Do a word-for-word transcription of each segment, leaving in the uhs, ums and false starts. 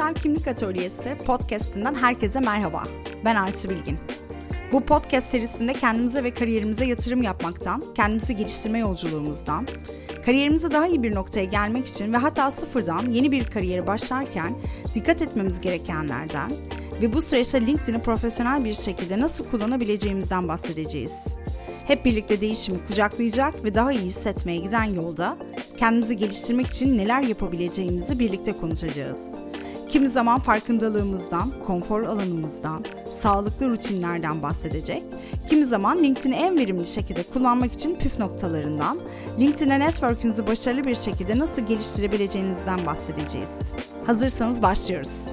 Kişisel Kimlik Atölyesi podcast'inden herkese merhaba. Ben Aysu Bilgin. Bu podcast serisinde kendimize ve kariyerimize yatırım yapmaktan, kendimizi geliştirme yolculuğumuzdan, kariyerimize daha iyi bir noktaya gelmek için ve hatta sıfırdan yeni bir kariyere başlarken dikkat etmemiz gerekenlerden ve bu süreçte LinkedIn'i profesyonel bir şekilde nasıl kullanabileceğimizden bahsedeceğiz. Hep birlikte değişimi kucaklayacak ve daha iyi hissetmeye giden yolda kendimizi geliştirmek için neler yapabileceğimizi birlikte konuşacağız. Kimi zaman farkındalığımızdan, konfor alanımızdan, sağlıklı rutinlerden bahsedecek, kimi zaman LinkedIn'i en verimli şekilde kullanmak için püf noktalarından, LinkedIn'e network'ünüzü başarılı bir şekilde nasıl geliştirebileceğinizden bahsedeceğiz. Hazırsanız başlıyoruz.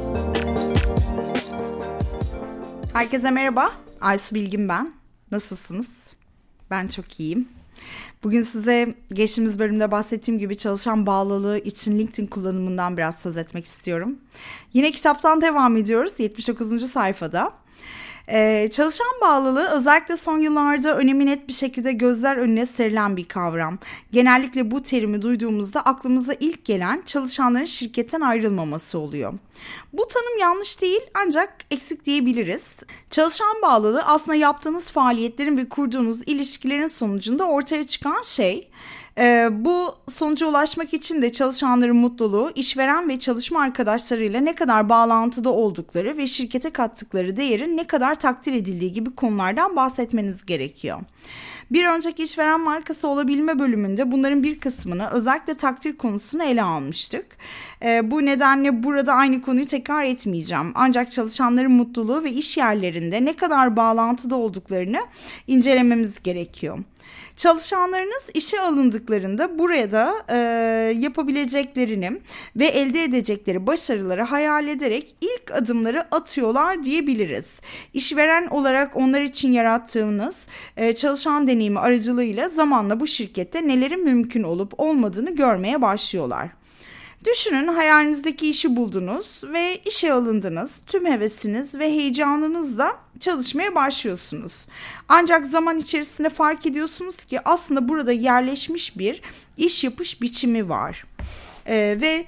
Herkese merhaba, Aysu Bilgin ben. Nasılsınız? Ben çok iyiyim. Bugün size geçtiğimiz bölümde bahsettiğim gibi çalışan bağlılığı için LinkedIn kullanımından biraz söz etmek istiyorum. Yine kitaptan devam ediyoruz yetmiş dokuzuncu sayfada. Ee, çalışan bağlılığı özellikle son yıllarda önemi net bir şekilde gözler önüne serilen bir kavram. Genellikle bu terimi duyduğumuzda aklımıza ilk gelen çalışanların şirketten ayrılmaması oluyor. Bu tanım yanlış değil ancak eksik diyebiliriz. Çalışan bağlılığı aslında yaptığınız faaliyetlerin ve kurduğunuz ilişkilerin sonucunda ortaya çıkan şey. Ee, bu sonuca ulaşmak için de çalışanların mutluluğu, işveren ve çalışma arkadaşlarıyla ne kadar bağlantıda oldukları ve şirkete kattıkları değerin ne kadar takdir edildiği gibi konulardan bahsetmeniz gerekiyor. Bir önceki işveren markası olabilme bölümünde bunların bir kısmını özellikle takdir konusunu ele almıştık. Ee, bu nedenle burada aynı konuyu tekrar etmeyeceğim. Ancak çalışanların mutluluğu ve iş yerlerinde ne kadar bağlantıda olduklarını incelememiz gerekiyor. Çalışanlarınız işe alındıklarında buraya da e, yapabileceklerini ve elde edecekleri başarıları hayal ederek ilk adımları atıyorlar diyebiliriz. İşveren olarak onlar için yarattığınız e, çalışan deneyimi aracılığıyla zamanla bu şirkette nelerin mümkün olup olmadığını görmeye başlıyorlar. Düşünün, hayalinizdeki işi buldunuz ve işe alındınız. Tüm hevesiniz ve heyecanınızla çalışmaya başlıyorsunuz. Ancak zaman içerisinde fark ediyorsunuz ki aslında burada yerleşmiş bir iş yapış biçimi var. Ee, ve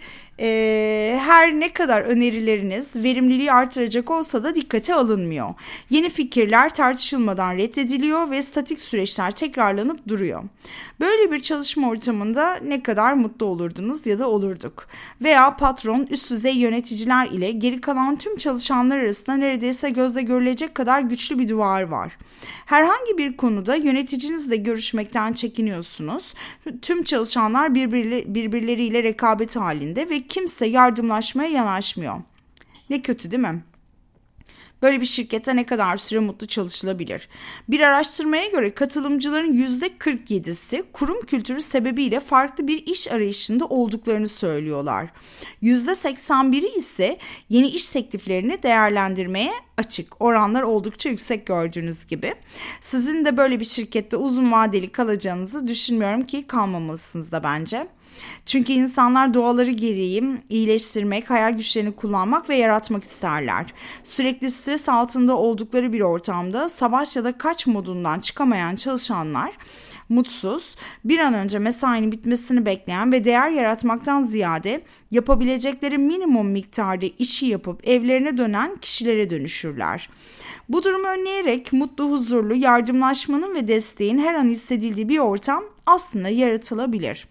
e, her ne kadar önerileriniz verimliliği artıracak olsa da dikkate alınmıyor. Yeni fikirler tartışılmadan reddediliyor ve statik süreçler tekrarlanıp duruyor. Böyle bir çalışma ortamında ne kadar mutlu olurdunuz ya da olurduk. Veya patron üst düzey yöneticiler ile geri kalan tüm çalışanlar arasında neredeyse gözle görülecek kadar güçlü bir duvar var. Herhangi bir konuda yöneticinizle görüşmekten çekiniyorsunuz. Tüm çalışanlar birbirleri, birbirleriyle rekabet halinde ve kimse yardımlaşmaya yanaşmıyor. Ne kötü değil mi? Böyle bir şirkette ne kadar süre mutlu çalışılabilir? Bir araştırmaya göre katılımcıların yüzde kırk yedisi kurum kültürü sebebiyle farklı bir iş arayışında olduklarını söylüyorlar. yüzde seksen biri ise yeni iş tekliflerini değerlendirmeye açık. Oranlar oldukça yüksek gördüğünüz gibi. Sizin de böyle bir şirkette uzun vadeli kalacağınızı düşünmüyorum ki kalmamalısınız da bence. Çünkü insanlar doğaları gereği iyileştirmek, hayal güçlerini kullanmak ve yaratmak isterler. Sürekli stres altında oldukları bir ortamda savaş ya da kaç modundan çıkamayan çalışanlar mutsuz, bir an önce mesainin bitmesini bekleyen ve değer yaratmaktan ziyade yapabilecekleri minimum miktarda işi yapıp evlerine dönen kişilere dönüşürler. Bu durumu önleyerek mutlu, huzurlu, yardımlaşmanın ve desteğin her an hissedildiği bir ortam aslında yaratılabilir.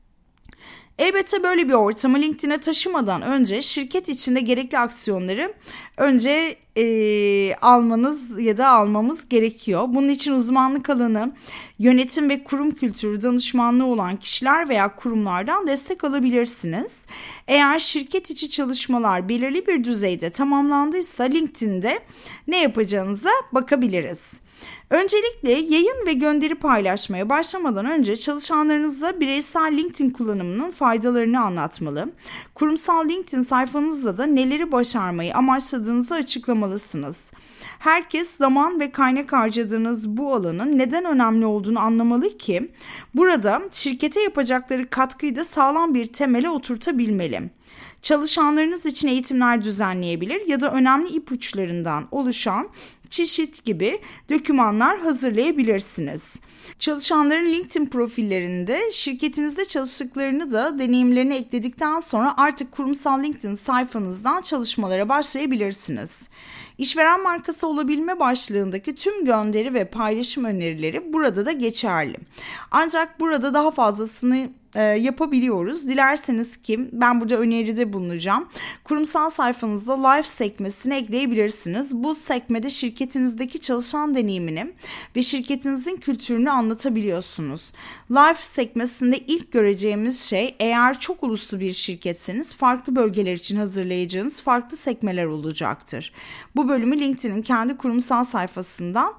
Elbette böyle bir ortamı LinkedIn'e taşımadan önce şirket içinde gerekli aksiyonları önce e, almanız ya da almamız gerekiyor. Bunun için uzmanlık alanı, yönetim ve kurum kültürü danışmanlığı olan kişiler veya kurumlardan destek alabilirsiniz. Eğer şirket içi çalışmalar belirli bir düzeyde tamamlandıysa LinkedIn'de ne yapacağınıza bakabiliriz. Öncelikle yayın ve gönderi paylaşmaya başlamadan önce çalışanlarınıza bireysel LinkedIn kullanımının faydalarını anlatmalı. Kurumsal LinkedIn sayfanızda da neleri başarmayı amaçladığınızı açıklamalısınız. Herkes zaman ve kaynak harcadığınız bu alanın neden önemli olduğunu anlamalı ki burada şirkete yapacakları katkıyı da sağlam bir temele oturtabilmeli. Çalışanlarınız için eğitimler düzenleyebilir ya da önemli ipuçlarından oluşan çeşit gibi dokümanlar hazırlayabilirsiniz. Çalışanların LinkedIn profillerinde şirketinizde çalıştıklarını da deneyimlerini ekledikten sonra artık kurumsal LinkedIn sayfanızdan çalışmalara başlayabilirsiniz. İşveren markası olabilme başlığındaki tüm gönderi ve paylaşım önerileri burada da geçerli. Ancak burada daha fazlasını e, yapabiliyoruz. Dilerseniz ki ben burada öneride bulunacağım. Kurumsal sayfanızda Live sekmesini ekleyebilirsiniz. Bu sekmede şirketinizdeki çalışan deneyimini ve şirketinizin kültürünü anlatabiliyorsunuz. Live sekmesinde ilk göreceğimiz şey, eğer çok uluslu bir şirketseniz farklı bölgeler için hazırlayacağınız farklı sekmeler olacaktır. Bu bölümü LinkedIn'in kendi kurumsal sayfasından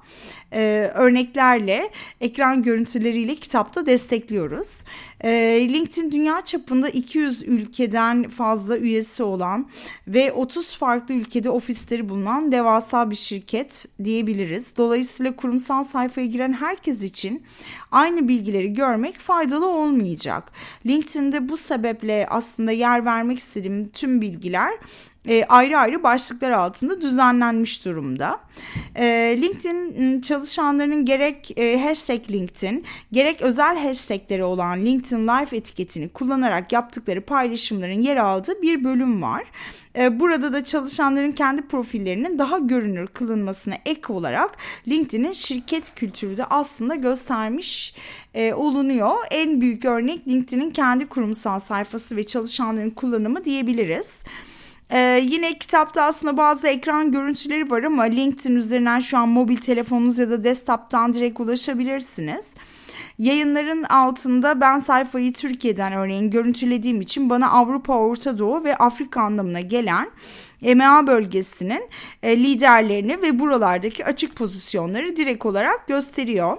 e, örneklerle, ekran görüntüleriyle kitapta destekliyoruz. E, LinkedIn dünya çapında iki yüz ülkeden fazla üyesi olan ve otuz farklı ülkede ofisleri bulunan devasa bir şirket diyebiliriz. Dolayısıyla kurumsal sayfaya giren herkes için aynı bilgileri görmek faydalı olmayacak. LinkedIn'de bu sebeple aslında yer vermek istediğim tüm bilgiler E, ayrı ayrı başlıklar altında düzenlenmiş durumda. E, LinkedIn çalışanlarının gerek e, hashtag LinkedIn, gerek özel hashtagleri olan LinkedIn Live etiketini kullanarak yaptıkları paylaşımların yer aldığı bir bölüm var. E, burada da çalışanların kendi profillerinin daha görünür kılınmasına ek olarak LinkedIn'in şirket kültürü de aslında göstermiş e, olunuyor. En büyük örnek LinkedIn'in kendi kurumsal sayfası ve çalışanların kullanımı diyebiliriz. Ee, yine kitapta aslında bazı ekran görüntüleri var ama LinkedIn üzerinden şu an mobil telefonunuz ya da desktop'tan direkt ulaşabilirsiniz. Yayınların altında ben sayfayı Türkiye'den örneğin görüntülediğim için bana Avrupa, Orta Doğu ve Afrika anlamına gelen E M A bölgesinin e, liderlerini ve buralardaki açık pozisyonları direkt olarak gösteriyor.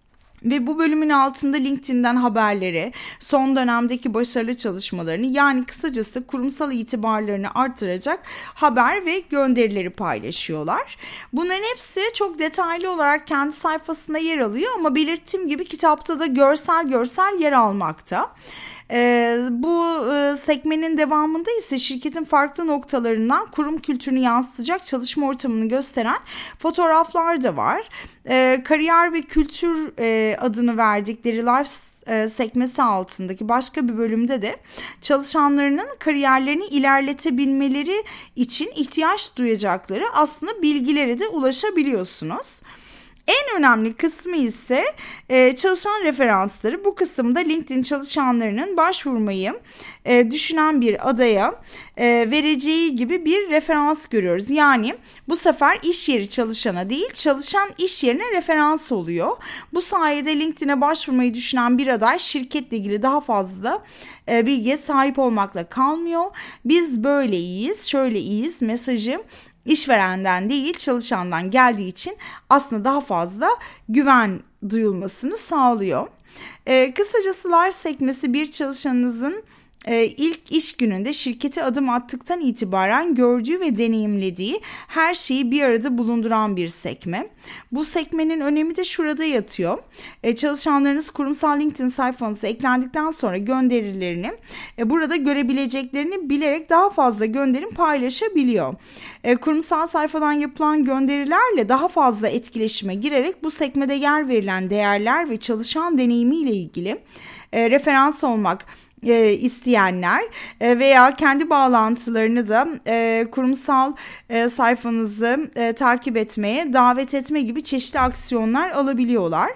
Ve bu bölümün altında LinkedIn'den haberleri, son dönemdeki başarılı çalışmalarını, yani kısacası kurumsal itibarlarını artıracak haber ve gönderileri paylaşıyorlar. Bunların hepsi çok detaylı olarak kendi sayfasında yer alıyor ama belirttiğim gibi kitapta da görsel görsel yer almakta. Ee, bu e, sekmenin devamında ise şirketin farklı noktalarından kurum kültürünü yansıtacak çalışma ortamını gösteren fotoğraflar da var. Ee, kariyer ve kültür e, adını verdikleri Life e, sekmesi altındaki başka bir bölümde de çalışanlarının kariyerlerini ilerletebilmeleri için ihtiyaç duyacakları aslında bilgilere de ulaşabiliyorsunuz. En önemli kısmı ise e, çalışan referansları. Bu kısımda LinkedIn çalışanlarının başvurmayı e, düşünen bir adaya e, vereceği gibi bir referans görüyoruz. Yani bu sefer iş yeri çalışana değil, çalışan iş yerine referans oluyor. Bu sayede LinkedIn'e başvurmayı düşünen bir aday şirketle ilgili daha fazla e, bilgiye sahip olmakla kalmıyor. Biz böyle iyiyiz, şöyle iyiyiz mesajı İşverenden değil çalışandan geldiği için aslında daha fazla güven duyulmasını sağlıyor. Ee, kısacası Live sekmesi bir çalışanınızın e, ilk iş gününde şirkete adım attıktan itibaren gördüğü ve deneyimlediği her şeyi bir arada bulunduran bir sekme. Bu sekmenin önemi de şurada yatıyor. E, çalışanlarınız kurumsal LinkedIn sayfanıza eklendikten sonra gönderilerini e, burada görebileceklerini bilerek daha fazla gönderim paylaşabiliyor. E, kurumsal sayfadan yapılan gönderilerle daha fazla etkileşime girerek bu sekmede yer verilen değerler ve çalışan deneyimiyle ilgili e, referans olmak E, isteyenler e, veya kendi bağlantılarını da e, kurumsal e, sayfanızı e, takip etmeye davet etme gibi çeşitli aksiyonlar alabiliyorlar.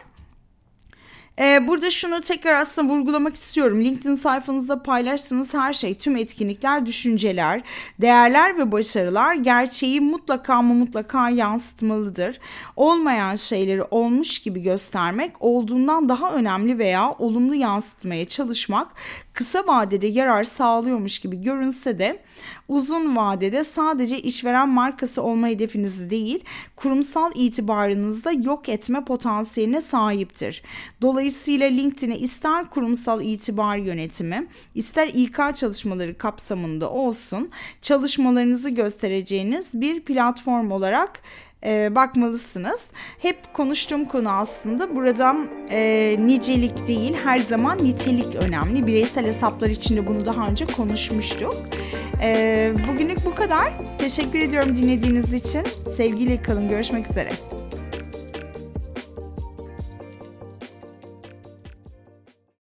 Ee, burada şunu tekrar aslında vurgulamak istiyorum. LinkedIn sayfanızda paylaştığınız her şey, tüm etkinlikler, düşünceler, değerler ve başarılar gerçeği mutlaka mı mutlaka yansıtmalıdır. Olmayan şeyleri olmuş gibi göstermek, olduğundan daha önemli veya olumlu yansıtmaya çalışmak kısa vadede yarar sağlıyormuş gibi görünse de uzun vadede sadece işveren markası olma hedefinizi değil, kurumsal itibarınızı da yok etme potansiyeline sahiptir. Dolayısıyla LinkedIn'e ister kurumsal itibar yönetimi, ister İK çalışmaları kapsamında olsun, çalışmalarınızı göstereceğiniz bir platform olarak E, bakmalısınız. Hep konuştuğum konu aslında burada e, nicelik değil, her zaman nitelik önemli. Bireysel hesaplar için de bunu daha önce konuşmuştuk. E, bugünlük bu kadar. Teşekkür ediyorum dinlediğiniz için. Sevgiyle kalın. Görüşmek üzere.